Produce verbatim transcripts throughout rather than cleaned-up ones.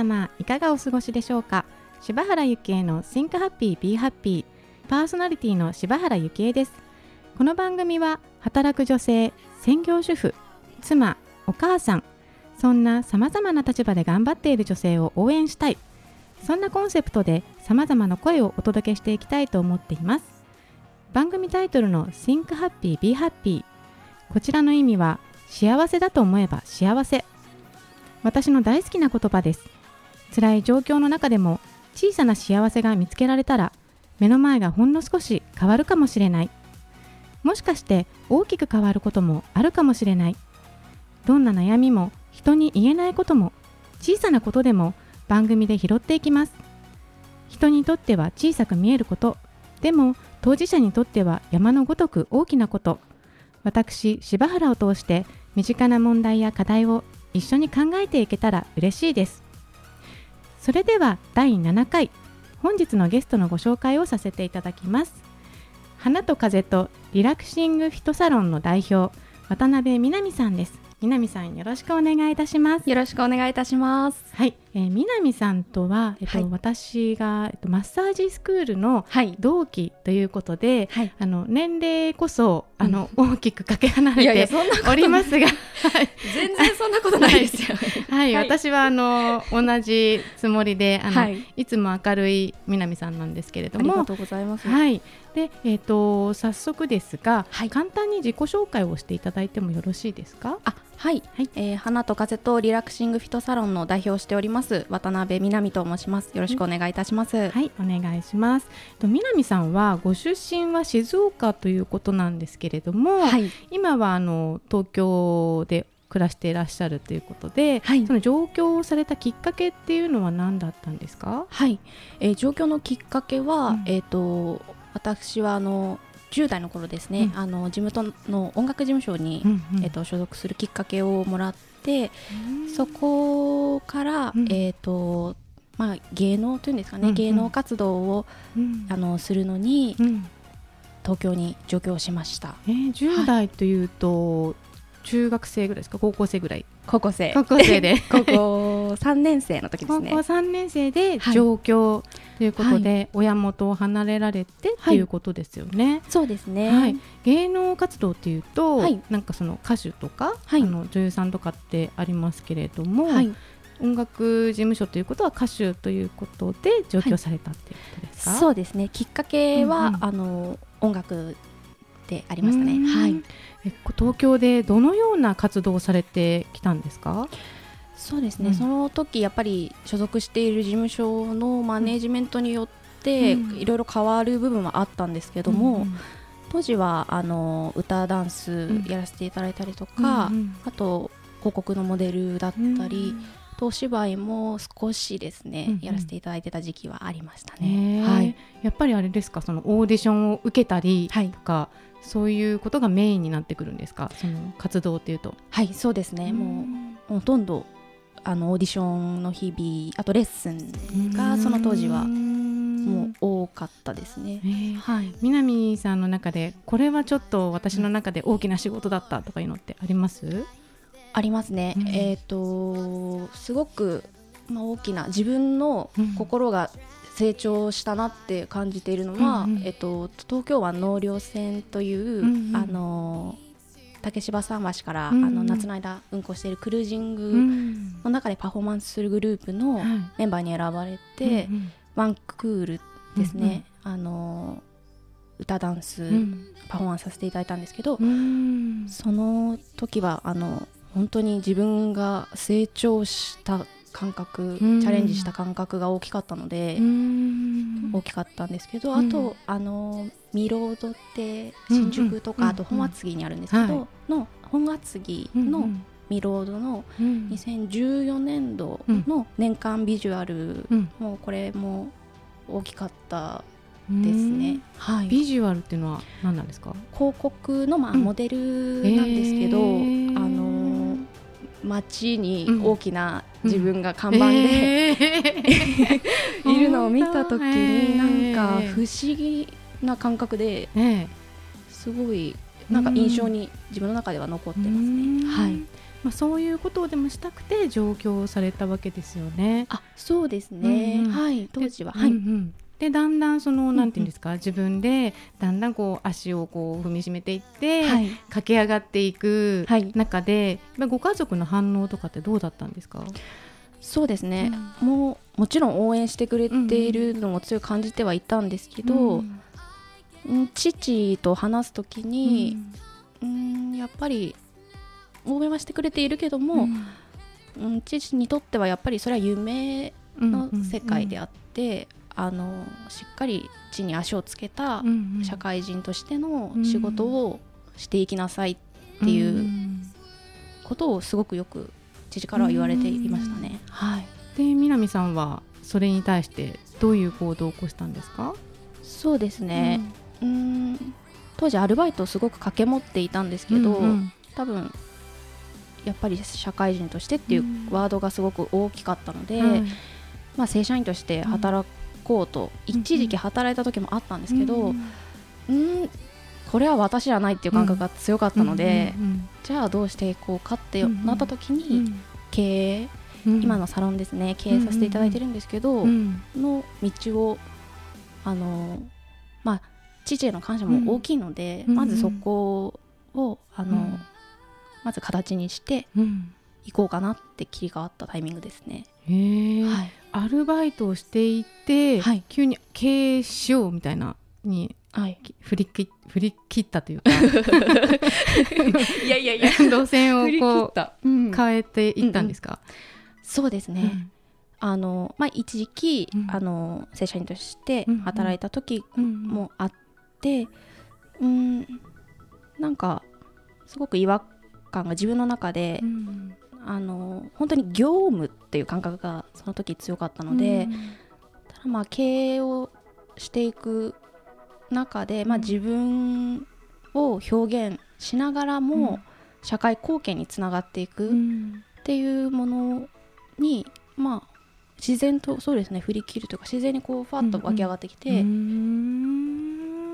様いかがお過ごしでしょうか。柴原幸恵の Think Happy Be Happy、 パーソナリティの柴原幸恵です。この番組は働く女性、専業主婦、妻、お母さん、そんな様々な立場で頑張っている女性を応援したい、そんなコンセプトで様々な声をお届けしていきたいと思っています。番組タイトルの Think Happy Be Happy、 こちらの意味は幸せだと思えば幸せ。私の大好きな言葉です。辛い状況の中でも小さな幸せが見つけられたら、目の前がほんの少し変わるかもしれない。もしかして大きく変わることもあるかもしれない。どんな悩みも人に言えないことも、小さなことでも番組で拾っていきます。人にとっては小さく見えること、でも当事者にとっては山のごとく大きなこと。私、柴原を通して身近な問題や課題を一緒に考えていけたら嬉しいです。それではだいななかい、本日のゲストのご紹介をさせていただきます。花と風とリラクシングフィトサロンの代表、渡辺みなみさんです。みなみさん、よろしくお願いいたします。 よろしくお願いいたします。 はい、えー、みなみさんとは、えっとはい、 私が、えっと、マッサージスクールの同期ということで、はい、あの年齢こそあの、うん、大きくかけ離れておりますが、 全然そんなことないですよ。 はい、はい、私はあの同じつもりで、あの、はい、いつも明るいみなみさんなんですけれども、 ありがとうございます。 はい、で、えーと、早速ですが、 はい、 簡単に自己紹介をしていただいてもよろしいですか。 あ、はい、はい、えー、花と風とリラクシングフィトサロンの代表をしております渡辺みなみと申します。よろしくお願いいたします。 はい、お願いします。とみなみさんはご出身は静岡ということなんですけれども、はい、今はあの東京で暮らしていらっしゃるということで、はい、その上京をされたきっかけっていうのは何だったんですか。 はい、えー、上京のきっかけは、うん、えーと私はあのじゅう代の頃ですね、うん、あの地元の音楽事務所に、うんうん、えー、と所属するきっかけをもらって、うん、そこから、うん、えーとまあ、芸能というんですかね、うんうん、芸能活動を、うん、あのするのに、うん、東京に上京しました。 えー、じゅう代というと、はい、中学生ぐらいですか、高校生ぐらい。 高校生高校生で高校さんねん生の時ですね。 高校さんねん生で上京ということで、はい、親元を離れられてっていうことですよね。 はい、そうですね、 はい、芸能活動っていうと、 はい、 なんかその歌手とか、 はい、 あの女優さんとかってありますけれども、 はい、 音楽事務所ということは歌手ということで上京されたっていうことですか。 はい、そうですね、きっかけは、うんうん、あの音楽でありましたね。はい、 え東京でどのような活動をされてきたんですか。 そうですね、うん、その時やっぱり所属している事務所のマネージメントによっていろいろ変わる部分はあったんですけども、うんうん、当時はあの歌ダンスやらせていただいたりとか、うんうん、あと広告のモデルだったり、うんとお芝居も少しですね、うんうん、やらせていただいてた時期はありましたね。はい、 やっぱりあれですか、そのオーディションを受けたりとか、はい、そういうことがメインになってくるんですか、その活動っていうと。 はい、そうですね、もうほとんどあのオーディションの日々、あとレッスンがその当時はもう多かったですね。 はい、南さんの中でこれはちょっと私の中で大きな仕事だったとかいうのってあります？ ありますね、うん、えーとすごく、まあ、大きな自分の心が成長したなって感じているのは、うんうん、えーと東京湾納涼船という、うんうん、あの竹芝桟橋から、うん、あの夏の間運行しているクルージングの中でパフォーマンスするグループのメンバーに選ばれて、うんうん、ワンクールですね、うんうん、あの歌ダンス、うん、パフォーマンスさせていただいたんですけど、うん、その時はあの本当に自分が成長した感覚、うん、チャレンジした感覚が大きかったので、うん、大きかったんですけど、うん、あとあのミロードって新宿とか、うん、あと本厚木にあるんですけど、うんはい、の本厚木のミロードのにせんじゅうよねんどの年間ビジュアル、うん、もうこれも大きかったですね。はい、 ビジュアルっていうのは何なんですか？ 広告の、まあ、モデルなんですけど、うんえー、あの街に大きな自分が看板で、うんえー、いるのを見た時になんか不思議な感覚で、えー、すごいなんか印象に自分の中では残ってますね。はい、 まあ、そういうことをでもしたくて上京されたわけですよね。 あ、そうですね、うんうん、はい、当時は、はい、うんうん、 でだんだんそのなんていうんですか、うんうん、自分でだんだんこう足をこう踏みしめていって、はい、駆け上がっていく中で、はい、ご家族の反応とかってどうだったんですか？ そうですね、うん、もうもちろん応援してくれているのも強く感じてはいたんですけど、うんうん、父と話すときに、うん、うんやっぱり応援はしてくれているけども、うん、父にとってはやっぱりそれは夢の世界であって、うんうんうん、あのしっかり地に足をつけた社会人としての仕事をしていきなさいっていうことをすごくよく父からは言われていましたね、はい、 で南さんはそれに対してどういう行動を起こしたんですか？ そうですね、うん、うーん当時アルバイトをすごく掛け持っていたんですけど、うんうん、多分やっぱり社会人としてっていうワードがすごく大きかったので、うんまあ、正社員として働こうと、うん、一時期働いた時もあったんですけど、うんうんこれは私じゃないっていう感覚が強かったので、うんうんうん、じゃあどうしていこうかってなった時に、うんうん、経営、うん、今のサロンですね経営させていただいてるんですけど、うんうん、の道をあの、まあ、父への感謝も大きいので、うん、まずそこをあの、うん、まず形にしていこうかなって切り替わったタイミングですね。 へー、はい、アルバイトをしていて、はい、急に経営しようみたいなにはい、振りき振り切ったというかいやいやいや路線をこう、うん、変えていったんですか？うんうん、そうですね、うん、あのまあ、一時期、うん、あの正社員として働いた時もあって、うんうん、なんかすごく違和感が自分の中で、うん、あの本当に業務っていう感覚がその時強かったので、うん、ただまあ経営をしていく中で、まあ、自分を表現しながらも社会貢献につながっていくっていうものに、まあ、自然とそうですね振り切るというか自然にこうファッと湧き上がってきて、うん、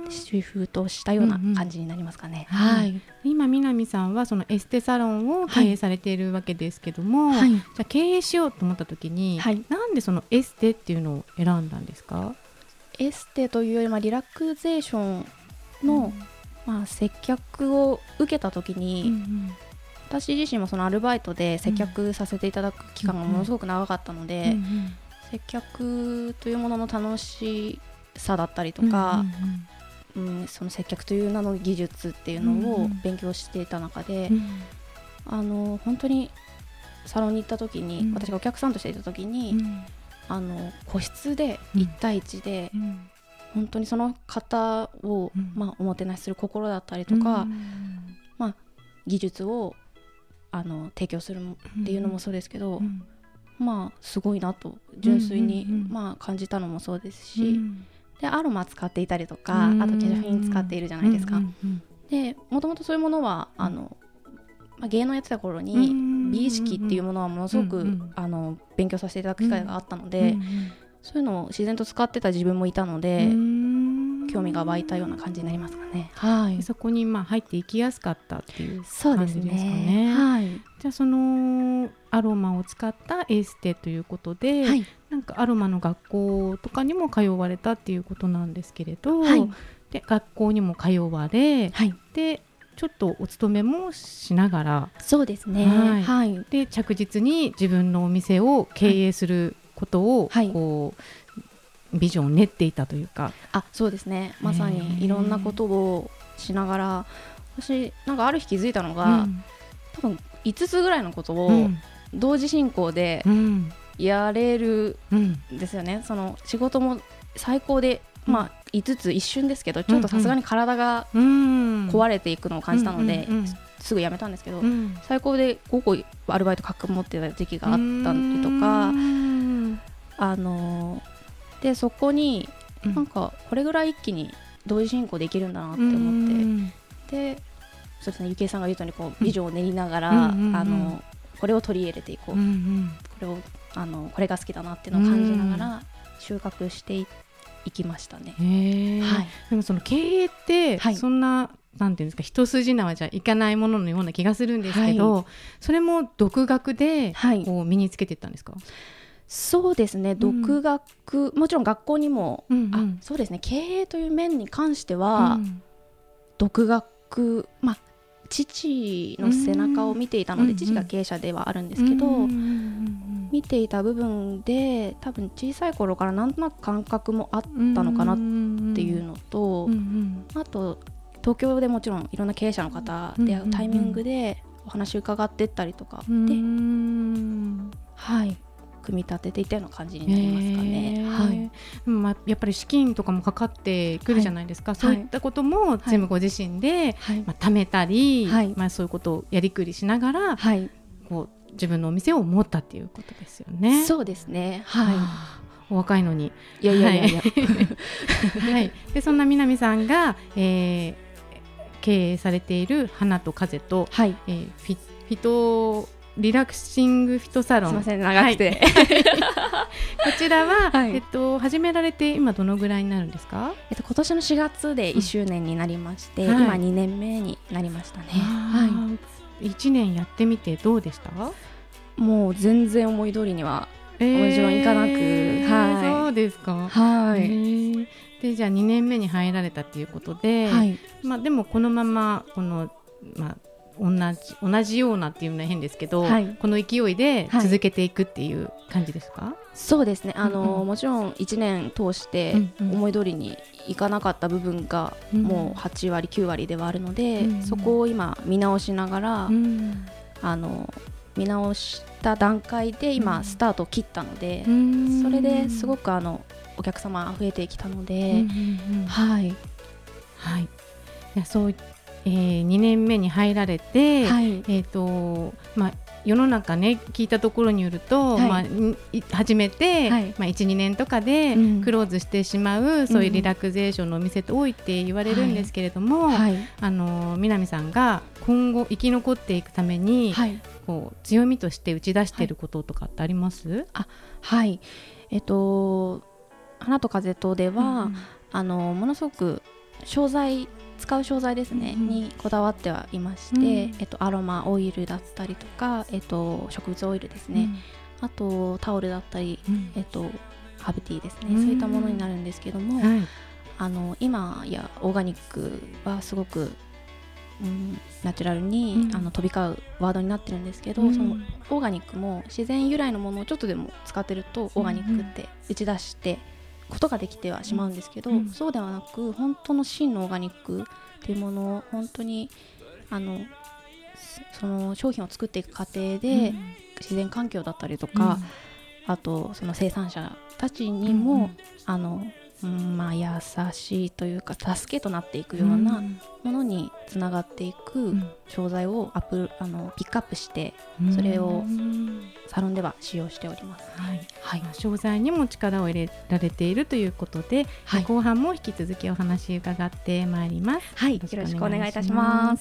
シフトしたような感じになりますかね、うんうんはい、 今南さんはそのエステサロンを経営されているわけですけども、はい、じゃあ経営しようと思った時に、はい、なんでそのエステっていうのを選んだんですか？ エステというよりもリラクゼーションの、うんまあ、接客を受けた時に、うんうん、私自身もそのアルバイトで接客させていただく期間がものすごく長かったので、うんうん、接客というものの楽しさだったりとか、うんうんうん、その接客という名の技術っていうのを勉強していた中で、うんうん、あの本当にサロンに行った時に、うん、私がお客さんとしていた時に、うんあの個室でいち対いちで、うん、本当にその方を、うんまあ、おもてなしする心だったりとか、うんまあ、技術をあの提供するっていうのもそうですけど、うん、まあすごいなと純粋に、うんうんうんまあ、感じたのもそうですし、うん、でアロマ使っていたりとか、うん、あと化粧品使っているじゃないですか、うんうんうん、でもともとそういうものはあのまあ、芸能やってた頃に美意識っていうものはものすごく、うんうん、あの勉強させていただく機会があったので、うんうん、そういうのを自然と使ってた自分もいたので、うん、興味が湧いたような感じになりますかね、はい、 そこにまあ入っていきやすかったっていう感じですかね。そうですね、 はい、 じゃあそのアロマを使ったエステということで、はい、なんかアロマの学校とかにも通われたっていうことなんですけれど、はい、で学校にも通われ、はい、でちょっとお勤めもしながらそうですね、 はいはい、で着実に自分のお店を経営することを、はい、こうビジョンを練っていたというか。 あ、そうですね、まさにいろんなことをしながら私なんかある日気づいたのが、うん、多分いつつぐらいのことを同時進行でやれるんですよね、うん、その仕事も最高で、まあ、いつつ一瞬ですけどちょっとさすがに体が壊れていくのを感じたので、うんうんうん、すぐ辞めたんですけど、うん、最高でごこアルバイト掛け持ってた時期があったりとか、あのでそこになんかこれぐらい一気に同時進行できるんだなって思って、うん、でそうですね、ゆきえさんが言うとおりこうビジョンを練りながら、うんうんうん、あのこれを取り入れていこう、うんうん、これをあのこれが好きだなっていうのを感じながら収穫していって行きましたね。 へ、はい、でもその経営ってそんななんていうんですか、一筋縄じゃいかないもののような気がするんですけど、はい、それも独学でこう身につけていったんですか？はい、 そうですね、独学、うん、もちろん学校にも、うんうん、あそうですね、経営という面に関しては、うん、独学、まあ父の背中を見ていたので、うん、父が経営者ではあるんですけど、うん、見ていた部分で多分小さい頃からなんとなく感覚もあったのかなっていうのと、うん、あと東京でもちろんいろんな経営者の方出会うタイミングでお話伺ってったりとかで、うん、はい組み立てていたような感じになりますかね。はい、 まあ、やっぱり資金とかもかかってくるじゃないですか、はい、そういったことも全部ご自身で、はいまあ、貯めたり、はいまあ、そういうことをやりくりしながら、はい、こう自分のお店を持ったっていうことですよね。 そうですね、はい、 お若いのにいやいやいやいや、 はい、でそんな南さんが、えー、経営されている花と風と、はいえー、フィ、フィトリラクシングフィトサロン、 すいません長くて、 はい、こちらは、はいえっと、始められて今どのぐらいになるんですか？ えっと、今年のしがつでいっしゅうねんになりまして、うんはい、今にねんめになりましたね。はい、いちねんやってみてどうでした？ もう全然思い通りにはもちろんいかなく、えーはい、そうですか。はい、えー、でじゃあにねんめに入られたということで、はいまあ、でもこのままこの、まあ同じ、同じようなっていうのは変ですけど、はい、この勢いで続けていくっていう感じですか？はい、 そうですね、あの、うんうん、もちろんいちねん通して思い通りにいかなかった部分がもうはちわりきゅうわりではあるので、うんうん、そこを今見直しながら、うん、あの見直した段階で今スタートを切ったので、うん、それですごくあのお客様増えてきたので、うんうんうん、はい、 はい、いやそういえー、にねんめに入られて、はいえーとまあ、世の中ね聞いたところによると、はいまあ、始めて、はいまあ、いちにねんとかでクローズしてしまう、うん、そういうリラクゼーションのお店って多いって言われるんですけれども、はい、あの南さんが今後生き残っていくために、はい、こう強みとして打ち出していることとかってあります？ はい、あはいえっと花と風とでは、うん、あのものすごく商材使う商材ですね、うん、にこだわってはいまして、うんえっと、アロマオイルだったりとか、えっと、植物オイルですね、うん、あとタオルだったり、うんえっと、ハーブティーですね、うん、そういったものになるんですけども、はい、あの今やオーガニックはすごく、うん、ナチュラルに、うん、あの飛び交うワードになってるんですけど、うん、そのオーガニックも自然由来のものをちょっとでも使ってるとオーガニックって打ち出してことができてはしまうんですけど、うん、そうではなく本当の真のオーガニックっていうものを本当にあのその商品を作っていく過程で、うん、自然環境だったりとか、うん、あとその生産者たちにも、うんあのうんまあ、優しいというか助けとなっていくようなものにつながっていく商材をアップあのピックアップしてそれをサロンでは使用しております。 はいはい、商材にも力を入れられているということで、はい、後半も引き続きお話伺ってまいります。 はい、よろしくお願いいたします。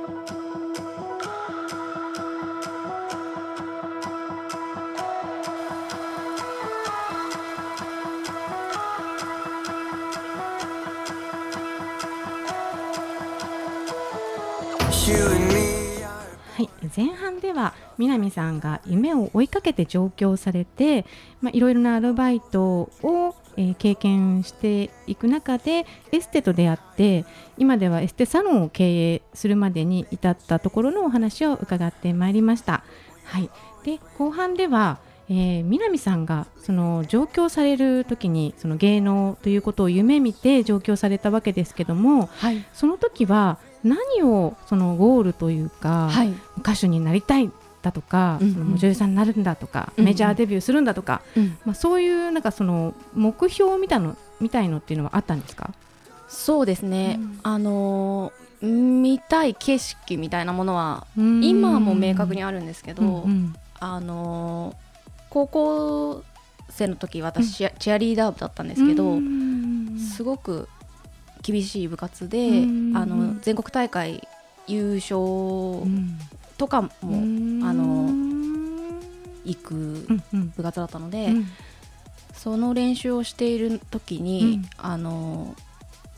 はい、前半では南さんが夢を追いかけて上京されて、まあ、いろいろなアルバイトを、えー、経験していく中でエステと出会って今ではエステサロンを経営するまでに至ったところのお話を伺ってまいりました。はい、で後半ではえー、南さんがその上京される時にその芸能ということを夢見て上京されたわけですけども、はい、その時は何をそのゴールというか、はい、歌手になりたいだとか、うんうん、その女優さんになるんだとか、うんうん、メジャーデビューするんだとか、うんまあ、そういうなんかその目標みたいのみたいのっていうのはあったんですか？ そうですね、うん、あのー、見たい景色みたいなものは今も明確にあるんですけど、うんうん、あのー高校生の時私、うん、チアリーダー部だったんですけどすごく厳しい部活であの全国大会優勝とかもあの行く部活だったので、うんうん、その練習をしている時に、うん、あの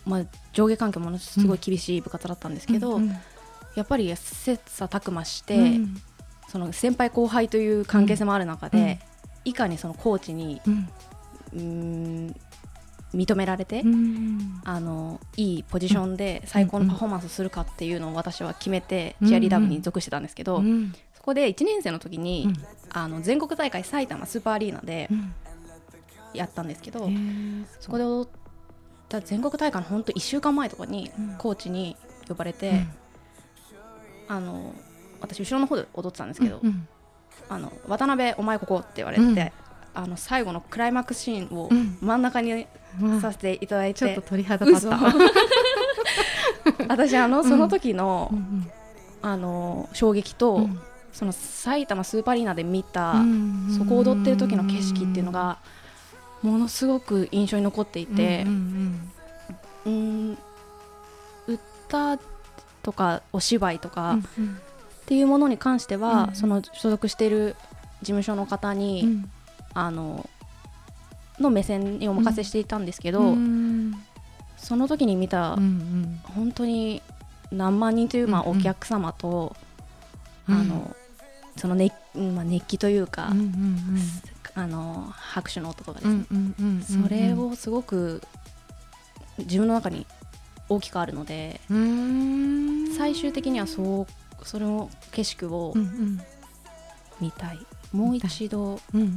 まあ、上下関係ものすごい厳しい部活だったんですけど、 うんうん、 やっぱり切磋琢磨して、 うん、 その先輩後輩という関係性もある中で、 うん、 いかにそのコーチに、 うん、 うーん認められて、 うん、 あのいいポジションで最高のパフォーマンスをするかっていうのを私は決めてチアリーダー部に属してたんですけど、 うん、 そこでいちねん生の時に、 うん、 あの全国大会埼玉スーパーアリーナでやったんですけど、 うん、 そこで踊った全国大会のほんといっしゅうかんまえとかにコーチに呼ばれて、うん、あの私後ろの方で踊ってたんですけど、うん、あの渡辺お前ここって言われて、うん、あの最後のクライマックスシーンを真ん中にさせていただいて、 うん、ちょっと鳥肌立った私あのその時の、 うん、 あの衝撃と、うん、その埼玉スーパーアリーナで見た、うん、そこを踊ってる時の景色っていうのがものすごく印象に残っていて、うんうん、歌とかお芝居とかっていうものに関しては、うん、その所属している事務所の方に、うん、あのの目線にお任せしていたんですけど、うん、その時に見た、うんうん、本当に何万人という、まあ、お客様と、うんうん、あのその 熱,、まあ、熱気というか、うんうんうん、あの拍手の音とかですね、うんうんうんうん、それをすごく自分の中に大きくあるので、うーん、最終的にはそうそれの景色を見たい、うんうん、もう一度見たい、うんうんうん、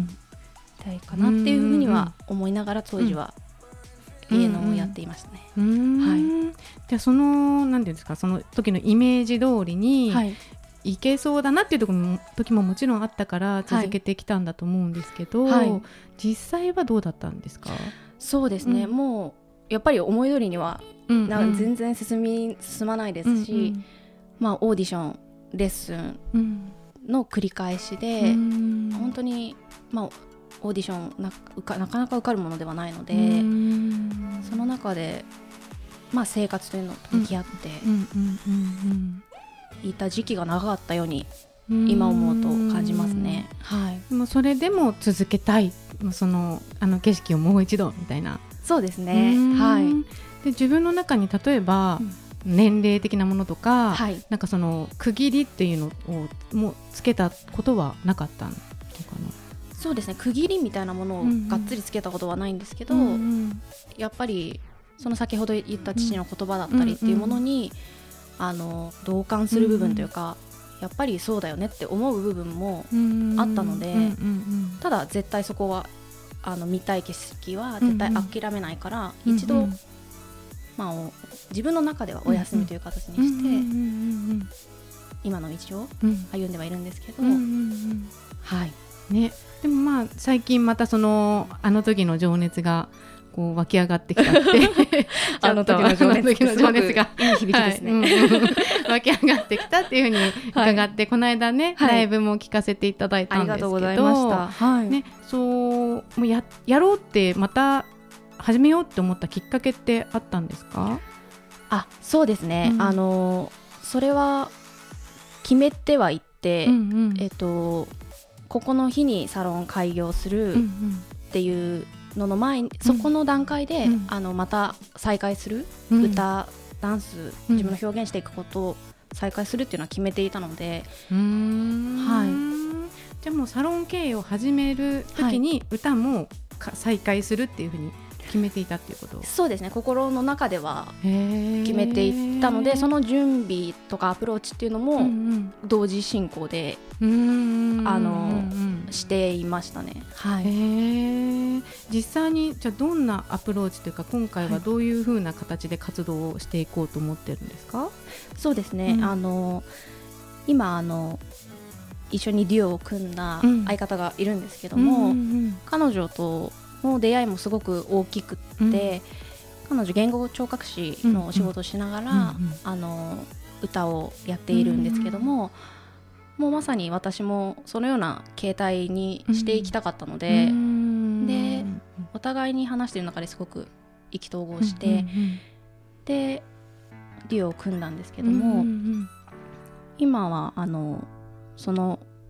見たいかなっていうふうには思いながら当時は芸能をやっていましたね、うんうん、はい、 じゃあその何ていうんですか、その時のイメージ通りに、はい、いけそうだなっていう時 も, 時ももちろんあったから続けてきたんだと思うんですけど、はいはい、実際はどうだったんですか？ そうですね、うん、もうやっぱり思い通りには、うんうん、な全然進み進まないですし、うんうん、まあ、オーディションレッスンの繰り返しで、うん、本当に、まあ、オーディション な, なかなか受かるものではないので、うん、その中で、まあ、生活というのと向き合っていた時期が長かったように今思うと感じますね、はい、 もうそれでも続けたい、その、あの景色をもう一度みたいな。 そうですね、はい、 で自分の中に例えば、うん、年齢的なものとか、はい、なんかその区切りっていうのをもうつけたことはなかったのかな？ そうですね、区切りみたいなものをがっつりつけたことはないんですけど、うんうん、やっぱりその先ほど言った父の言葉だったりっていうものに、うんうん、あの同感する部分というか、うんうん、やっぱりそうだよねって思う部分もあったので、うんうんうん、ただ絶対そこはあの見たい景色は絶対諦めないから、うんうん、一度、うんうん、まあ、自分の中ではお休みという形にして、うんうん、今の道を歩んではいるんですけど、うんうんうん、はいね、でもまあ最近またそのあの時の情熱がこう湧き上がってきたってあの時の情熱、の情熱がいい響きですね、はい、うん、 湧き上がってきたっていうふうに伺って、はい、この間ね、はい、ライブも聞かせていただいたんですけど、ありがとうございました、はい、ね、そうもう や, やろうってまた始めようって思ったきっかけってあったんですか？ あ、そうですね、うん、あのそれは決めてはいって、うんうん、えっとここの日にサロン開業するっていうのの前に、うんうん、そこの段階で、うん、あのまた再開する、うん、歌、ダンス、自分の表現していくことを再開するっていうのは決めていたので、うーん、はい、 じゃあもうサロン経営を始める時に歌も再開するっていうふうに決めていたっていうこと？ そうですね、心の中では決めていったので、その準備とかアプローチっていうのも同時進行で、うんうん、あのしていましたね、はい、 へ、実際にじゃあどんなアプローチというか今回はどういう風な形で活動をしていこうと思ってるんですか？ そうですね、うん、あの今あの一緒にデュオを組んだ相方がいるんですけども、うんうんうん、彼女との出会いもすごく大きくって、うん、彼女言語聴覚士のお仕事をしながら、うんうん、あの歌をやっているんですけども、うん、もうまさに私もそのような形態にしていきたかったので、うん、でお互いに話している中ですごく意気投合して、うんうんうん、でデュオを組んだんですけども、うんうんうん、今はあのその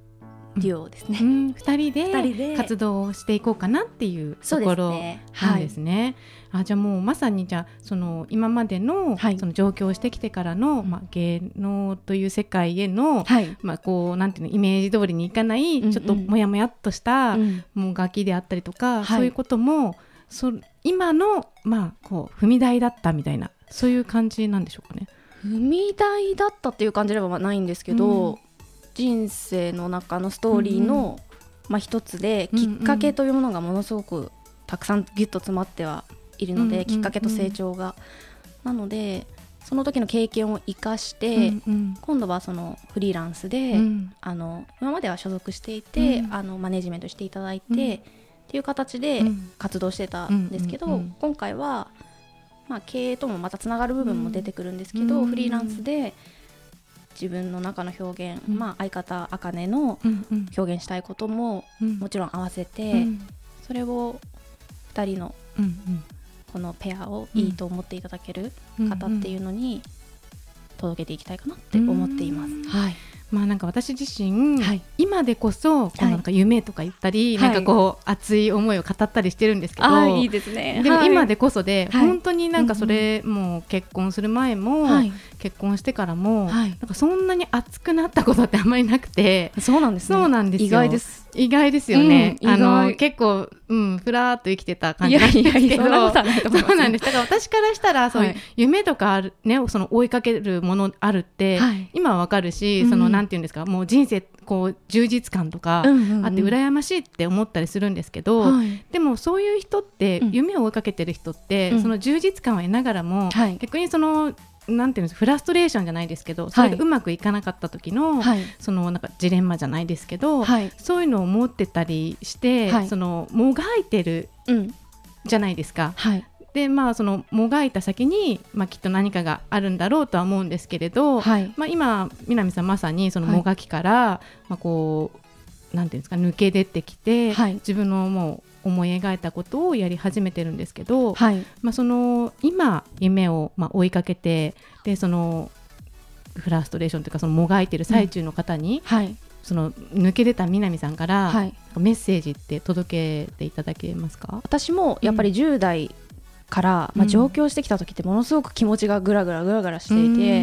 デュオですね、 うん、ふたりでふたりで活動をしていこうかなっていうところなんですね。あ、じゃあもうまさにじゃあその今までの、はい、その上京してきてからの、まあ、芸能という世界への、はい、まあ、こうなんていうのイメージ通りにいかない、うんうん、ちょっともやもやっとした、うん、もう楽器であったりとか、はい、そういうこともそ今の、まあ、こう踏み台だったみたいなそういう感じなんでしょうかね。 踏み台だったっていう感じではないんですけど、うん、人生の中のストーリーの、うんうん、まあ、一つできっかけというものがものすごくたくさんギュッと詰まってはいるので、うんうんうん、きっかけと成長がなのでその時の経験を生かして、うんうん、今度はそのフリーランスで、うん、あの今までは所属していて、うん、あのマネジメントしていただいて、うん、っていう形で活動してたんですけど、うんうんうん、今回は、まあ、経営ともまたつながる部分も出てくるんですけど、うん、フリーランスで自分の中の表現、うん、まあ、相方あかねの表現したいことももちろん合わせて、うん、それをふたりのこのペアをいいと思っていただける方っていうのに届けていきたいかなって思っています、うんうん、はい。 まあ、なんか私自身、はい、今でこそこうなんか夢とか言ったり、はい、なんかこう熱い思いを語ったりしてるんですけど、 はい、いいですね。 でも今でこそで、はい、本当になんかそれ、もう結婚する前も、はい、結婚してからも、はい、なんかそんなに熱くなったことってあんまりなくて。 そうなんですね。 そうなんですよ。 意外です。 意外ですよね、うん、あの結構、うん、ふらーっと生きてた感じなんですけど。いやいやいや、そんなことはないと思います。そうなんです。だから私からしたらそういう夢とかある、ね、その追いかけるものあるって、はい、今はわかるし、そのなんていうんですか、もう人生こう充実感とかあって羨ましいって思ったりするんですけど、うんうんうん、でもそういう人って、うん、夢を追いかけてる人って、うん、その充実感を得ながらも、はい、逆にそのなんていうんですか、フラストレーションじゃないですけど、それがうまくいかなかった時の、はい、そのなんかジレンマじゃないですけど、はい、そういうのを持ってたりして、はい、そのもがいてる、うん、じゃないですか、はい、でまあそのもがいた先に、まあ、きっと何かがあるんだろうとは思うんですけれど、はい、まあ、今南さんまさにそのもがきから、はい、まあ、こうなんていうんですか、抜け出てきて、はい、自分のもう思い描いたことをやり始めてるんですけど、はい、まあ、その今夢をまあ追いかけて、でそのフラストレーションというかそのもがいてる最中の方に、うん、はい、その抜け出た南さんから、はい、メッセージって届けていただけますか？ 私もやっぱりじゅう代から、うん、まあ、上京してきた時ってものすごく気持ちがグラグラグラグラしていて、うん、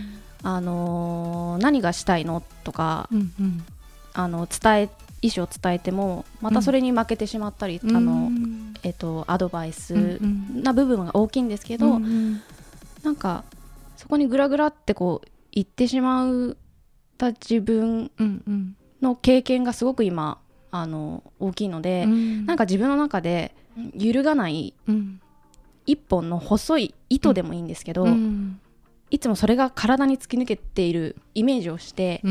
あのー、何がしたいのとか、うんうん、あの伝え意思を伝えてもまたそれに負けてしまったり、うん、あのえっと、アドバイスな部分が大きいんですけど、うんうん、なんかそこにグラグラってこう言ってしまうた自分の経験がすごく今あの大きいので、うん、なんか自分の中で揺るがない一本の細い糸でもいいんですけど、うんうん、いつもそれが体に突き抜けているイメージをして、うん、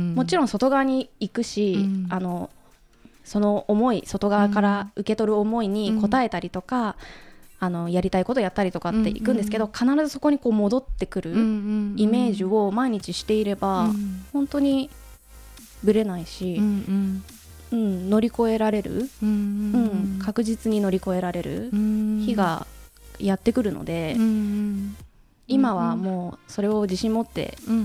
もちろん外側に行くし、うん、あのその思い、外側から受け取る思いに応えたりとか、うん、あのやりたいことやったりとかっていくんですけど、うんうん、必ずそこにこう戻ってくるイメージを毎日していれば、うん、本当にぶれないし、うんうんうん、乗り越えられる、うんうん、確実に乗り越えられる日がやってくるので、うんうん、今はもうそれを自信持って、うんうん、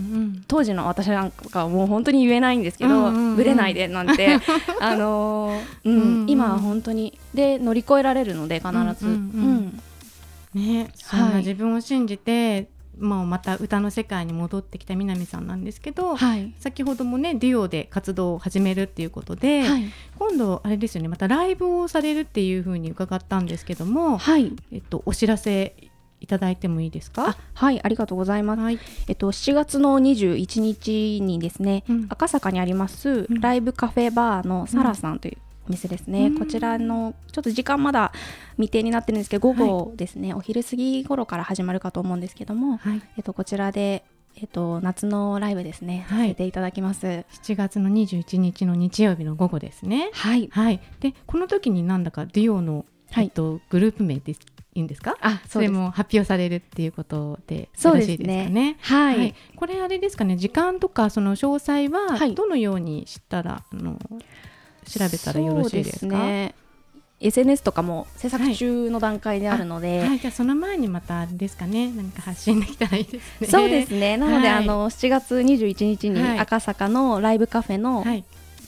当時の私なんかはもう本当に言えないんですけど、うんうんうん、ぶれないでなんてあのーうんうんうん、今は本当にで乗り越えられるので必ず、うんうんうん、ね、そんな自分を信じて、はい、もうまた歌の世界に戻ってきた南さんなんですけど、はい、先ほどもねデュオで活動を始めるっていうことで、はい、今度あれですよね、またライブをされるっていう風に伺ったんですけども、はい、えっと、お知らせいただいてもいいですか？ あ、はい、ありがとうございます、はい、えっと、しちがつのにじゅういちにちにですね、うん、赤坂にあります、うん、ライブカフェバーのサラさんというお店ですね、うん、こちらのちょっと時間まだ未定になってるんですけど、午後ですね、はい、お昼過ぎ頃から始まるかと思うんですけども、はい、えっと、こちらで、えっと、夏のライブですね、はい、させていただきます。 しちがつのにじゅういちにちの日曜日の午後ですね。はい、はい、でこの時になんだかデュオの、えっと、グループ名ですいいんですか？あ、そうです。それも発表されるっていうことでよろしいですかね。はい、はい、これあれですかね、時間とかその詳細はどのようにしたら、はい、あの調べたらよろしいですか？そうですね、 エスエヌエス とかも制作中の段階であるので、 はいはい、じゃあその前にまたあれですかね、何か発信できたらいいですね。 そうですね、なので、はい、あのしちがつにじゅういちにちに赤坂のライブカフェの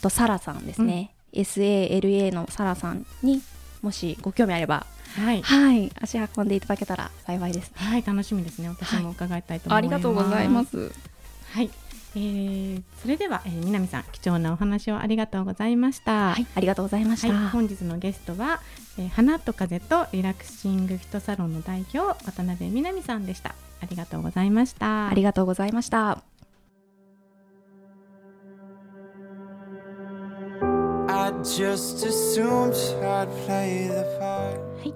とサラさんですね、うん、エスエーエルエー のサラさんにもしご興味あれば、はいはい、足運んでいただけたら幸いですね。 はい、楽しみですね。私も伺いたいと思います、はい、 ありがとうございます。 はい、えー、それでは、えー、南さん貴重なお話をありがとうございました。 はい、ありがとうございました。 はい、本日のゲストは、えー、花と風とリラクシングフィットサロンの代表渡辺みなみさんでした。ありがとうございました。 ありがとうございました。 はい、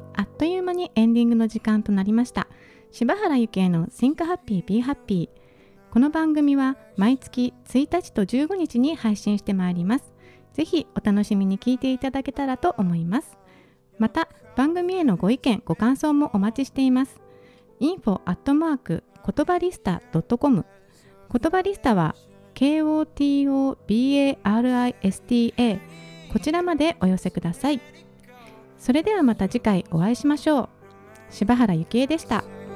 あっという間にエンディングの時間となりました。柴原ゆきえの Think Happy Be Happy。この番組は毎月ついたちとじゅうごにちに配信してまいります。ぜひお楽しみに聞いていただけたらと思います。また番組へのご意見ご感想もお待ちしています。インフォ アットマーク 言葉リスタ ドットコム 言葉リスタは ケーオーティーオービーエーアールアイエスティーエー こちらまでお寄せください。それではまた次回お会いしましょう。柴原ゆきえでした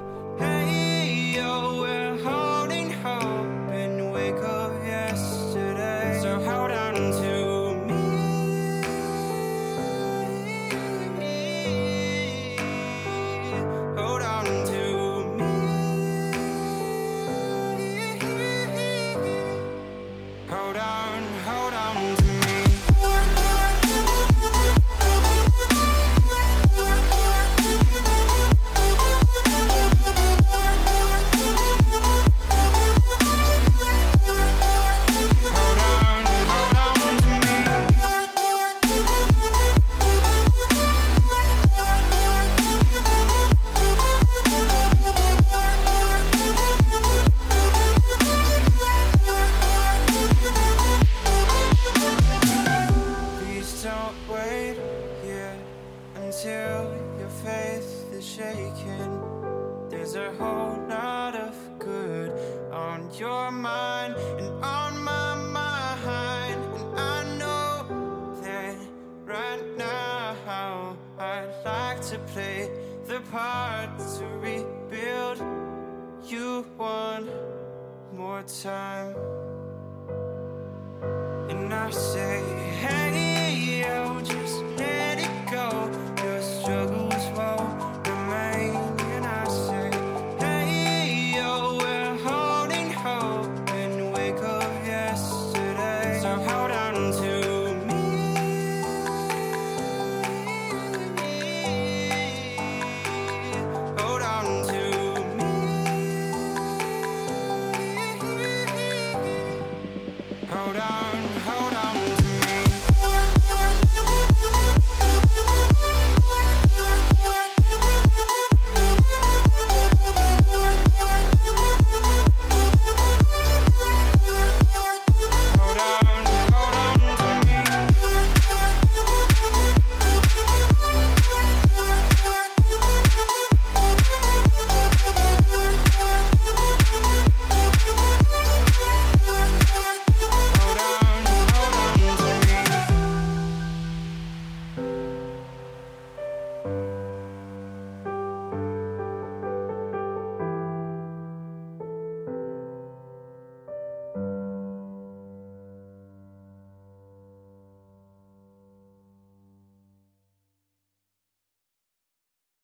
。To play the part to rebuild you one more time, and I say